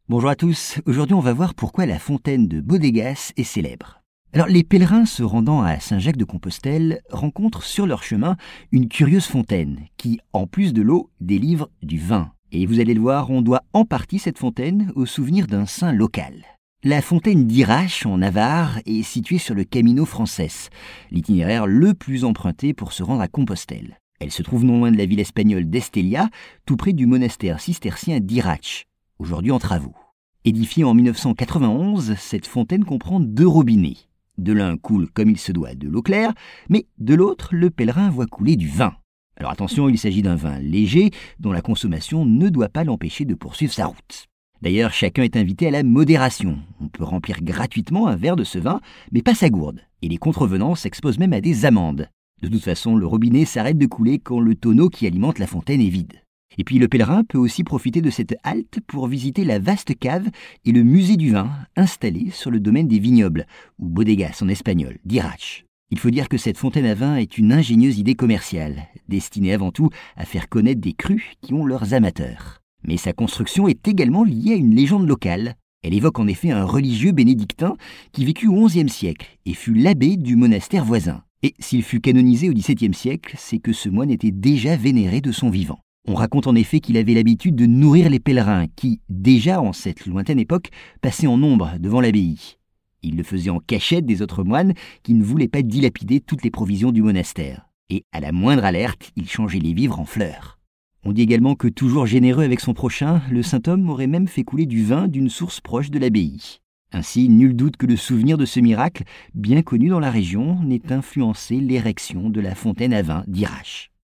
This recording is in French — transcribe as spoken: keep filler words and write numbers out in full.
Bonjour à tous, aujourd'hui on va voir pourquoi la fontaine de Bodegas est célèbre. Alors les pèlerins se rendant à Saint-Jacques-de-Compostelle rencontrent sur leur chemin une curieuse fontaine qui, en plus de l'eau, délivre du vin. Et vous allez le voir, on doit en partie cette fontaine au souvenir d'un saint local. La fontaine d'Irach en Navarre est située sur le Camino Frances, l'itinéraire le plus emprunté pour se rendre à Compostelle. Elle se trouve non loin de la ville espagnole d'Estella, tout près du monastère cistercien d'Irach, aujourd'hui en travaux. Édifiée en mille neuf cent quatre-vingt-onze, cette fontaine comprend deux robinets. De l'un coule comme il se doit de l'eau claire, mais de l'autre, le pèlerin voit couler du vin. Alors attention, il s'agit d'un vin léger dont la consommation ne doit pas l'empêcher de poursuivre sa route. D'ailleurs, chacun est invité à la modération. On peut remplir gratuitement un verre de ce vin, mais pas sa gourde. Et les contrevenants s'exposent même à des amendes. De toute façon, le robinet s'arrête de couler quand le tonneau qui alimente la fontaine est vide. Et puis le pèlerin peut aussi profiter de cette halte pour visiter la vaste cave et le musée du vin installé sur le domaine des vignobles, ou bodegas en espagnol, d'Irach. Il faut dire que cette fontaine à vin est une ingénieuse idée commerciale, destinée avant tout à faire connaître des crus qui ont leurs amateurs. Mais sa construction est également liée à une légende locale. Elle évoque en effet un religieux bénédictin qui vécut au onzième siècle et fut l'abbé du monastère voisin. Et s'il fut canonisé au dix-septième siècle, c'est que ce moine était déjà vénéré de son vivant. On raconte en effet qu'il avait l'habitude de nourrir les pèlerins qui, déjà en cette lointaine époque, passaient en nombre devant l'abbaye. Il le faisait en cachette des autres moines qui ne voulaient pas dilapider toutes les provisions du monastère. Et à la moindre alerte, il changeait les vivres en fleurs. On dit également que toujours généreux avec son prochain, le saint homme aurait même fait couler du vin d'une source proche de l'abbaye. Ainsi, nul doute que le souvenir de ce miracle, bien connu dans la région, n'ait influencé l'érection de la fontaine à vin d'Irach.